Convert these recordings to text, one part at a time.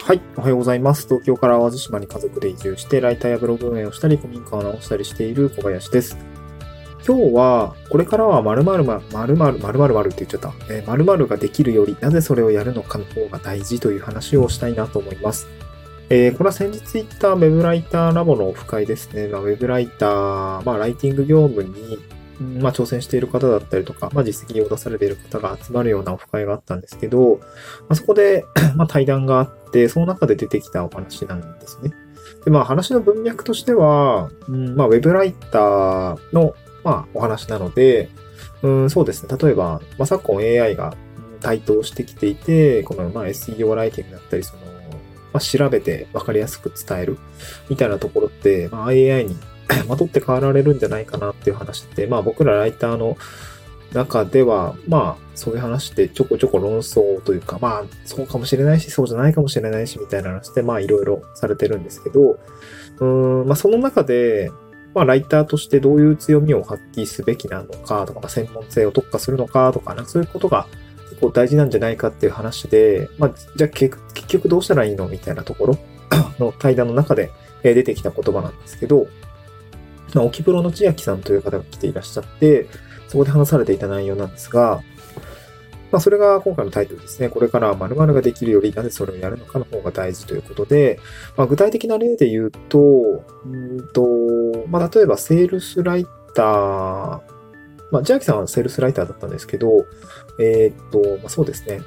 はい、おはようございます。東京から淡路島に家族で移住して、ライターやブログ運営をしたり、古民家を直したりしている小林です。今日は、これからは〇〇〇って言っちゃった。〇〇ができるより、なぜそれをやるのかの方が大事という話をしたいなと思います。これは先日言ったウェブライターラボのオフ会ですね。ウェブライター、ライティング業務に、挑戦している方だったりとか、実績を出されている方が集まるようなオフ会があったんですけど、そこで、対談があって、その中で出てきたお話なんですね。で、話の文脈としては、ウェブライターの、お話なので、そうですね。例えば、昨今 AI が台頭してきていて、この、SEO ライティングだったり、調べて分かりやすく伝えるみたいなところって、AI にまとって変わられるんじゃないかなっていう話って、僕らライターの中では、そういう話ってちょこちょこ論争というか、そうかもしれないし、そうじゃないかもしれないし、みたいな話で、いろいろされてるんですけど、その中で、ライターとしてどういう強みを発揮すべきなのかとか、専門性を特化するのかとか、そういうことが結構大事なんじゃないかっていう話で、じゃあ結局どうしたらいいのみたいなところの対談の中で出てきた言葉なんですけど、沖プロの千秋さんという方が来ていらっしゃって、そこで話されていた内容なんですが、それが今回のタイトルですね。これからは〇〇ができるよりなぜそれをやるのかの方が大事ということで、具体的な例で言うと、例えばセールスライター、千秋さんはセールスライターだったんですけど、そうですね。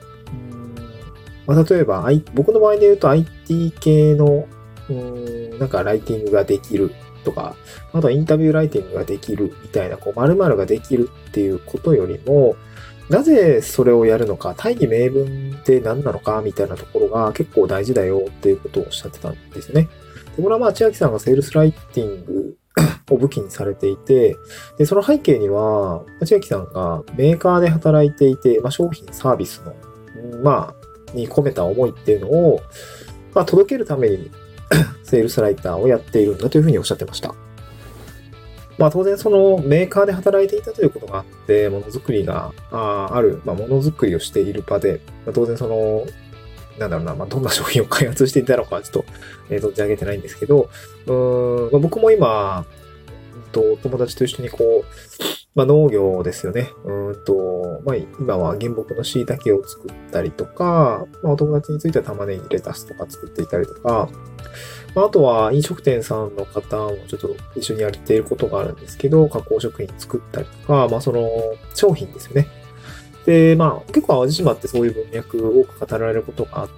例えば、僕の場合で言うと IT 系の、ライティングができるとか、あとはインタビューライティングができるみたいな、〇〇ができるっていうことよりも、なぜそれをやるのか、大義名分って何なのかみたいなところが結構大事だよっていうことをおっしゃってたんですね。でこれは千秋さんがセールスライティングを武器にされていて、で、その背景には、千秋さんがメーカーで働いていて、商品サービスの、に込めた思いっていうのを、届けるためにセールスライターをやっているんだというふうにおっしゃってました。当然そのメーカーで働いていたということがあって、ものづくりがある、ものづくりをしている場で、当然どんな商品を開発していたのかはちょっと、存じ上げてないんですけど、僕も今、友達と一緒に農業ですよね。今は原木の椎茸を作ったりとか、お友達については玉ねぎ、レタスとか作っていたりとか、あとは飲食店さんの方もちょっと一緒にやっていることがあるんですけど、加工食品作ったりとか、商品ですよね。で、結構淡路島ってそういう文脈多く語られることがあって、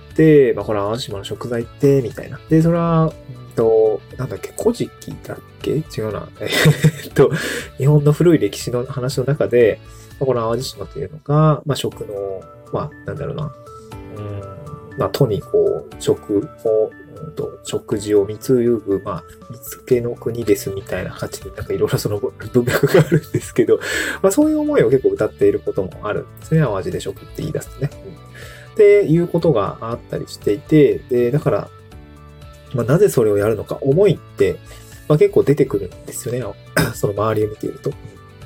これ淡路島の食材って、みたいな。で、それは、古事記だっけ違うな。日本の古い歴史の話の中で、この淡路島というのが、食の、都に食事を貢ぐ、見つけの国ですみたいな形で、いろいろその文脈があるんですけど、そういう思いを結構歌っていることもあるんですね。淡路で食って言い出すとね。っていうことがあったりしていて、で、だから、なぜそれをやるのか、思いって、結構出てくるんですよね。その周りを見ていると。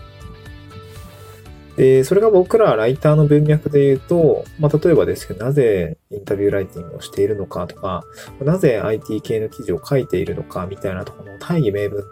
で、それが僕らライターの文脈で言うと、例えばですけど、なぜインタビューライティングをしているのかとか、なぜ IT 系の記事を書いているのかみたいなところの大義名分って、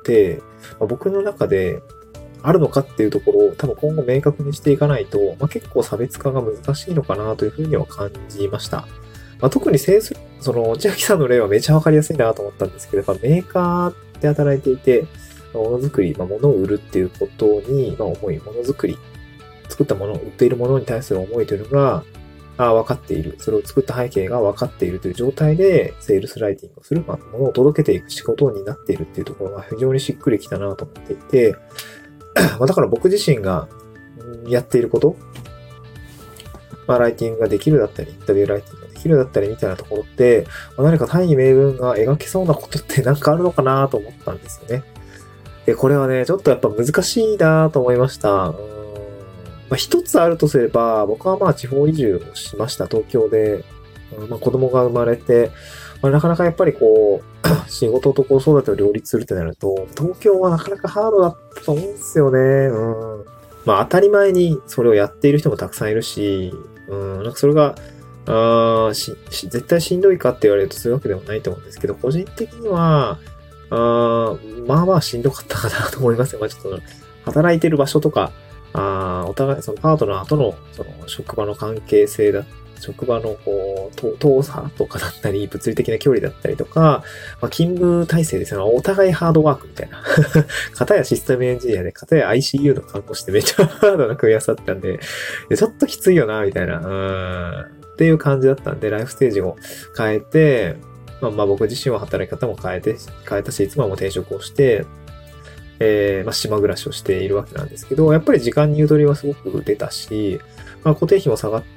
僕の中であるのかっていうところを多分今後明確にしていかないと、結構差別化が難しいのかなというふうには感じました。特に千秋さんの例はめちゃわかりやすいなと思ったんですけど、やっぱメーカーで働いていて、ものづくり、物を売るっていうことに、思い、ものづくり、作ったもの、売っているものに対する思いというのが、分かっている。それを作った背景が分かっているという状態で、セールスライティングをする、ものを届けていく仕事になっているっていうところが非常にしっくりきたなと思っていて、だから僕自身がやっていること、ライティングができるだったり、インタビューライティングができるだったりみたいなところって、何か大義名分が描けそうなことってなんかあるのかなと思ったんですよね。で、これはね、ちょっとやっぱ難しいなと思いました。一つあるとすれば、僕は地方移住をしました、東京で。子供が生まれて、なかなかやっぱり仕事と子育てを両立するってなると、東京はなかなかハードだったと思うんですよね。当たり前にそれをやっている人もたくさんいるし、それが、 絶対しんどいかって言われるとそういうわけでもないと思うんですけど、個人的には、まあまあしんどかったかなと思いますよ。まあちょっと、働いてる場所とか、お互い、そのパートナーとの、その職場の関係性職場の遠さとかだったり、物理的な距離だったりとか、まあ、勤務体制ですよね。お互いハードワークみたいな。片やシステムエンジニアで、片や ICU の看護師ってめっちゃハードな組み合わせだったんで、ちょっときついよな、みたいな。っていう感じだったんで、ライフステージを変えて、まあ僕自身は働き方も変えたし、いつもも転職をして、まあ島暮らしをしているわけなんですけど、やっぱり時間にゆとりはすごく出たし、まあ固定費も下がって、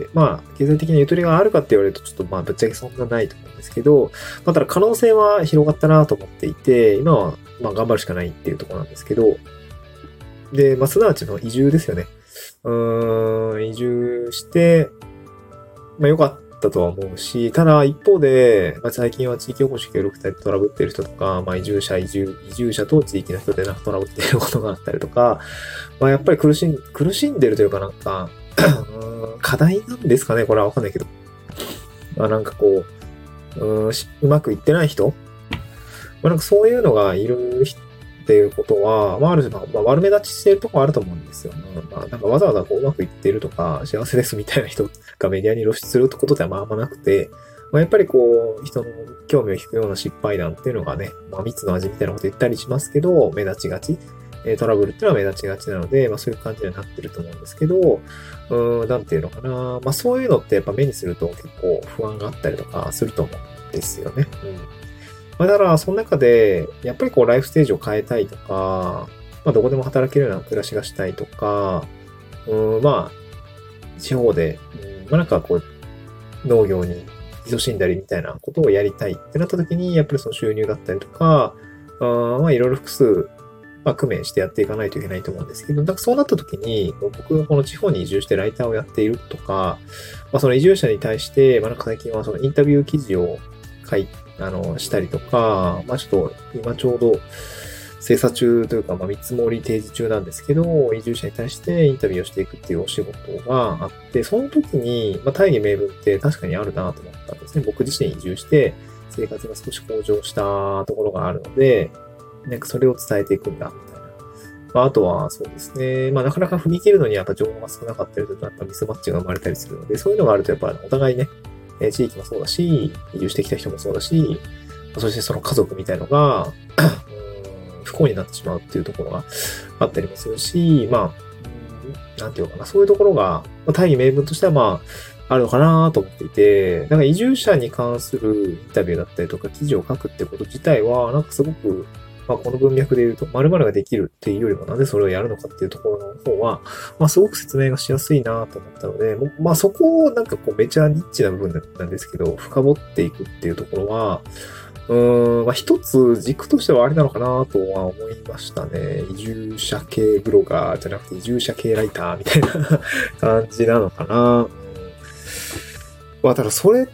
まあ経済的なゆとりがあるかって言われるとちょっとまあぶっちゃけそんなないと思うんですけど、まあただ可能性は広がったなと思っていて、今はまあ頑張るしかないっていうところなんですけど、で、まあすなわちの移住ですよね。移住して、まあ良かったとは思うし、ただ一方で、まあ、最近は地域おこし協力隊とトラブっている人とか、まあ移住者と地域の人でなんかトラブっていることがあったりとか、まあやっぱり苦しんでるというかなんか、課題なんですかね、これはわかんないけど。まあなんかこうまくいってない人、まあなんかそういうのがいるっていうことは、まあある種、まあ悪目立ちしてるところあると思うんですよ。まあなんかわざわざこううまくいってるとか、幸せですみたいな人がメディアに露出するってことではまああんまなくて、まあやっぱりこう、人の興味を引くような失敗談っていうのがね、まあ蜜の味みたいなこと言ったりしますけど、目立ちがち。トラブルっていうのは目立ちがちなので、まあそういう感じになってると思うんですけど、なんていうのかな。まあそういうのってやっぱ目にすると結構不安があったりとかすると思うんですよね。まあ、だから、その中で、やっぱりこう、ライフステージを変えたいとか、まあ、どこでも働けるような暮らしがしたいとか、まあ、地方で、まあ、なんかこう、農業に勤しんだりみたいなことをやりたいってなった時に、やっぱりその収入だったりとか、まあ、いろいろ複数、まあ、工面してやっていかないといけないと思うんですけど、だからそうなった時に、僕がこの地方に移住してライターをやっているとか、まあ、その移住者に対して、まあ、なんか最近はそのインタビュー記事を書いて、したりとか、まあちょっと、今ちょうど、精査中というか、まあ見積もり提示中なんですけど、移住者に対してインタビューをしていくっていうお仕事があって、その時に、まあ大義名分って確かにあるなと思ったんですね。僕自身移住して、生活が少し向上したところがあるので、なんかそれを伝えていくんだ、みたいな。まああとは、そうですね。まあなかなか踏み切るのにやっぱ情報が少なかったりとか、やっぱミスマッチが生まれたりするので、そういうのがあるとやっぱお互いね、地域もそうだし、移住してきた人もそうだし、そしてその家族みたいのが不幸になってしまうっていうところがあったりもするし、まあ、なんていうのかな、そういうところが、大義名分としてはまあ、あるのかなと思っていて、なんか移住者に関するインタビューだったりとか記事を書くってこと自体は、なんかすごく、まあこの文脈で言うと、〇〇ができるっていうよりもなんでそれをやるのかっていうところの方は、まあすごく説明がしやすいなと思ったので、まあそこをなんかこうめちゃニッチな部分なんですけど、深掘っていくっていうところは、まあ一つ軸としてはありなのかなとは思いましたね。移住者系ブロガーじゃなくて移住者系ライターみたいな感じなのかな。まあただそれって、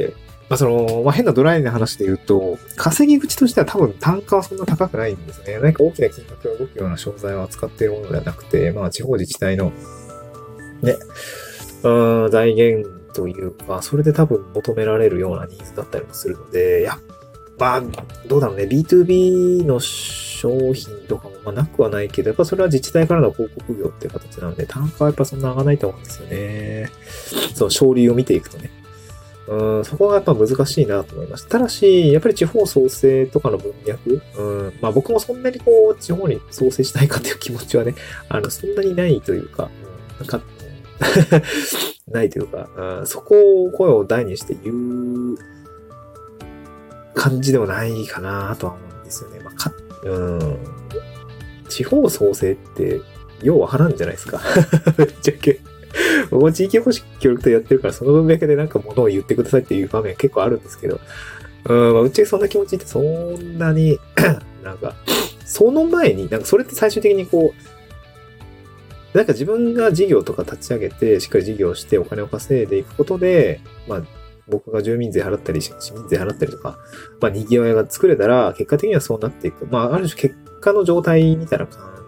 まあまあ変なドライな話で言うと、稼ぎ口としては多分単価はそんな高くないんですね。何か大きな金額が動くような商材を扱っているものではなくて、まあ地方自治体のね、財源というか、それで多分求められるようなニーズだったりもするので、やっぱ、どうだろうね、B2B の商品とかもまあなくはないけど、やっぱそれは自治体からの広告業っていう形なので、単価はやっぱそんな上がらないと思うんですよね。その省流を見ていくとね。そこがやっぱ難しいなと思いました。ただし、やっぱり地方創生とかの文脈、まあ僕もそんなにこう、地方に創生したいかっていう気持ちはね、そんなにないというか、なんかないというか、そこを声を大にして言う感じでもないかなとは思うんですよね。まあ、地方創生ってようわからんじゃないですか。ぶっちゃけ。僕も地域おこし協力隊やってるから、その文脈でなんか物を言ってくださいっていう場面結構あるんですけど、まあ、ぶっちゃけそんな気持ちってそんなに、なんか、その前に、なんかそれって最終的にこう、なんか自分が事業とか立ち上げて、しっかり事業してお金を稼いでいくことで、まあ、僕が住民税払ったり、市民税払ったりとか、まあ、賑わいが作れたら、結果的にはそうなっていく。まあ、ある種結果の状態みたいな感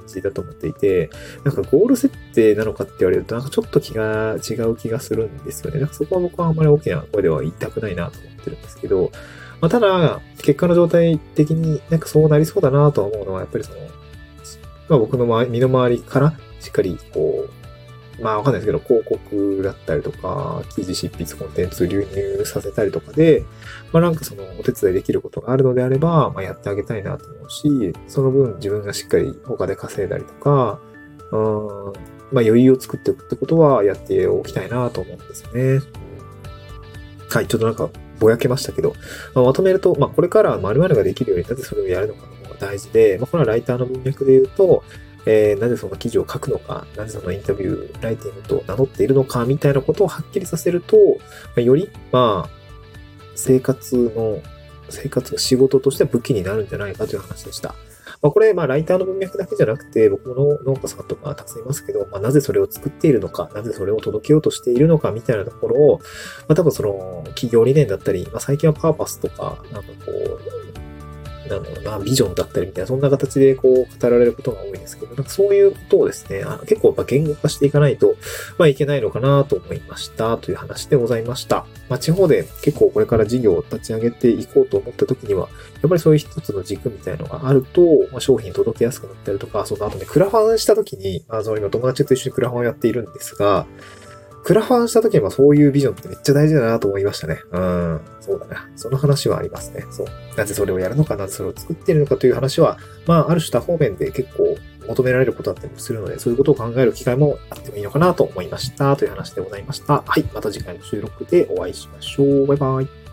じだと思っていて、なんかゴール設定なのかって言われると、なんかちょっと気が違う気がするんですよね。なんかそこは僕はあんまり大きな声では言いたくないなと思ってるんですけど、まあ、ただ、結果の状態的になんかそうなりそうだなとは思うのは、やっぱりまあ僕の身の回りからしっかりまあわかんないですけど、広告だったりとか、記事執筆コンテンツ流入させたりとかで、まあなんかお手伝いできることがあるのであれば、まあやってあげたいなと思うし、その分自分がしっかり他で稼いだりとか、まあ余裕を作っておくってことはやっておきたいなと思うんですよね。はい、ちょっとなんかぼやけましたけど、まとめると、まあこれからは〇〇ができるようになぜそれをやるのかの方が大事で、まあこれはライターの文脈で言うと、なぜその記事を書くのか、なぜそのインタビューライティングと名乗っているのか、みたいなことをはっきりさせると、より、まあ、生活、仕事として武器になるんじゃないかという話でした。まあ、これ、ライターの文脈だけじゃなくて、僕の農家さんとかたくさんいますけど、なぜそれを作っているのか、なぜそれを届けようとしているのか、みたいなところを、多分企業理念だったり、最近はパーパスとか、ビジョンだったりみたいな、そんな形で語られることが多いですけど、そういうことをですね、結構言語化していかないと、いけないのかなと思いましたという話でございました。地方で結構これから事業を立ち上げていこうと思った時には、やっぱりそういう一つの軸みたいのがあると、商品届けやすくなったりとか、その後ね、クラファンした時に、今友達と一緒にクラファンをやっているんですが、クラファンした時にはそういうビジョンってめっちゃ大事だなと思いましたね。そうだな。その話はありますね。そう。なぜそれをやるのか、なぜそれを作っているのかという話は、ある種多方面で結構求められることだったりもするので、そういうことを考える機会もあってもいいのかなと思いました。という話でございました。はい。また次回の収録でお会いしましょう。バイバイ。